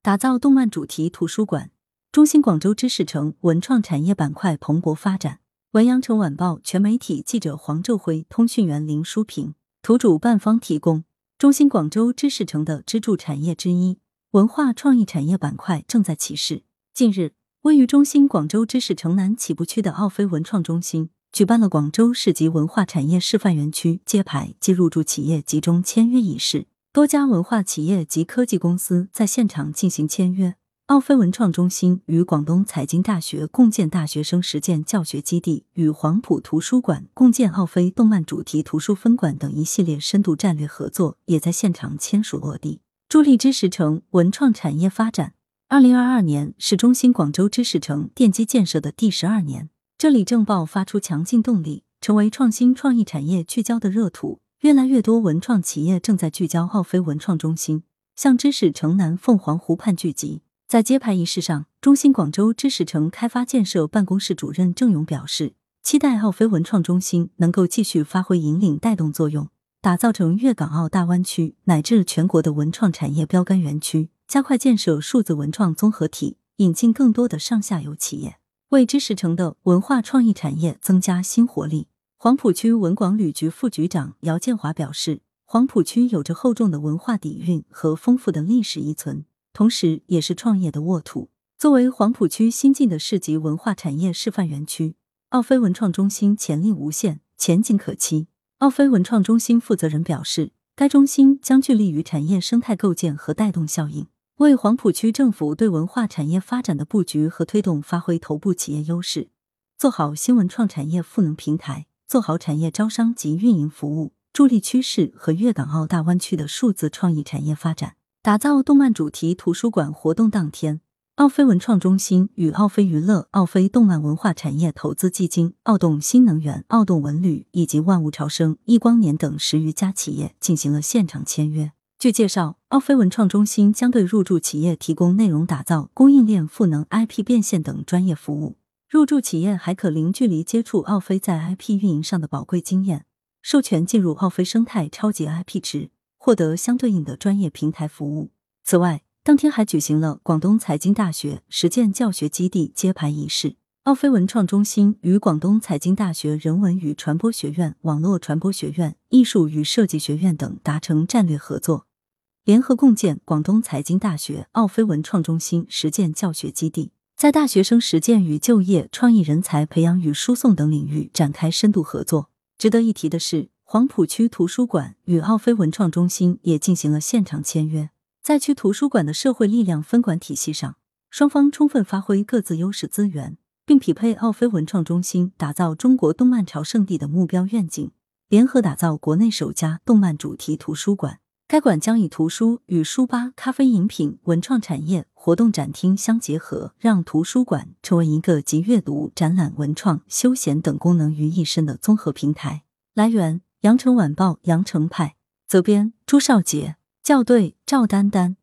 打造动漫主题图书馆。中心广州知识城文创产业板块蓬勃发展。文阳城晚报全媒体记者黄昼辉，通讯员林淑平，图主办方提供。中心广州知识城的支柱产业之一，文化创意产业板块正在起势。近日，位于中心广州知识城南起步区的奥飞文创中心举办了广州市级文化产业示范园区揭牌及入驻企业集中签约仪式，多家文化企业及科技公司在现场进行签约。奥飞文创中心与广东财经大学共建大学生实践教学基地，与黄埔图书馆共建奥飞动漫主题图书分馆等一系列深度战略合作也在现场签署落地，助力知识城文创产业发展。2022年是中心广州知识城奠基建设的第12年，这里正爆发出强劲动力，成为创新创意产业聚焦的热土。越来越多文创企业正在聚焦奥飞文创中心，向知识城南凤凰湖畔聚集。在揭牌仪式上，中心广州知识城开发建设办公室主任郑勇表示，期待奥飞文创中心能够继续发挥引领带动作用，打造成粤港澳大湾区乃至全国的文创产业标杆园区，加快建设数字文创综合体，引进更多的上下游企业，为知识城的文化创意产业增加新活力。黄埔区文广旅局副局长姚建华表示，黄埔区有着厚重的文化底蕴和丰富的历史遗存，同时也是创业的沃土。作为黄埔区新晋的市级文化产业示范园区，奥飞文创中心潜力无限，前景可期。奥飞文创中心负责人表示，该中心将致力于产业生态构建和带动效应，为黄埔区政府对文化产业发展的布局和推动发挥头部企业优势，做好新文创产业赋能平台，做好产业招商及运营服务，助力趋势和粤港澳大湾区的数字创意产业发展。打造动漫主题图书馆活动当天，奥飞文创中心与奥飞娱乐、奥飞动漫文化产业投资基金、奥动新能源、奥动文旅以及万物潮生、易光年等10余家企业进行了现场签约。据介绍，奥飞文创中心将对入驻企业提供内容打造、供应链赋能、IP 变现等专业服务。入驻企业还可零距离接触奥飞在 IP 运营上的宝贵经验，授权进入奥飞生态超级 IP 池，获得相对应的专业平台服务。此外，当天还举行了广东财经大学实践教学基地揭牌仪式。奥飞文创中心与广东财经大学人文与传播学院、网络传播学院、艺术与设计学院等达成战略合作，联合共建广东财经大学奥飞文创中心实践教学基地，在大学生实践与就业、创意人才培养与输送等领域展开深度合作。值得一提的是，黄埔区图书馆与奥飞文创中心也进行了现场签约。在区图书馆的社会力量分管体系上，双方充分发挥各自优势资源，并匹配奥飞文创中心打造中国动漫朝圣地的目标愿景，联合打造国内首家动漫主题图书馆。该馆将以图书与书吧、咖啡饮品、文创产业、活动展厅相结合，让图书馆成为一个集阅读、展览、文创、休闲等功能于一身的综合平台。来源：羊城晚报羊城派，责编：朱少杰，校对：赵丹丹。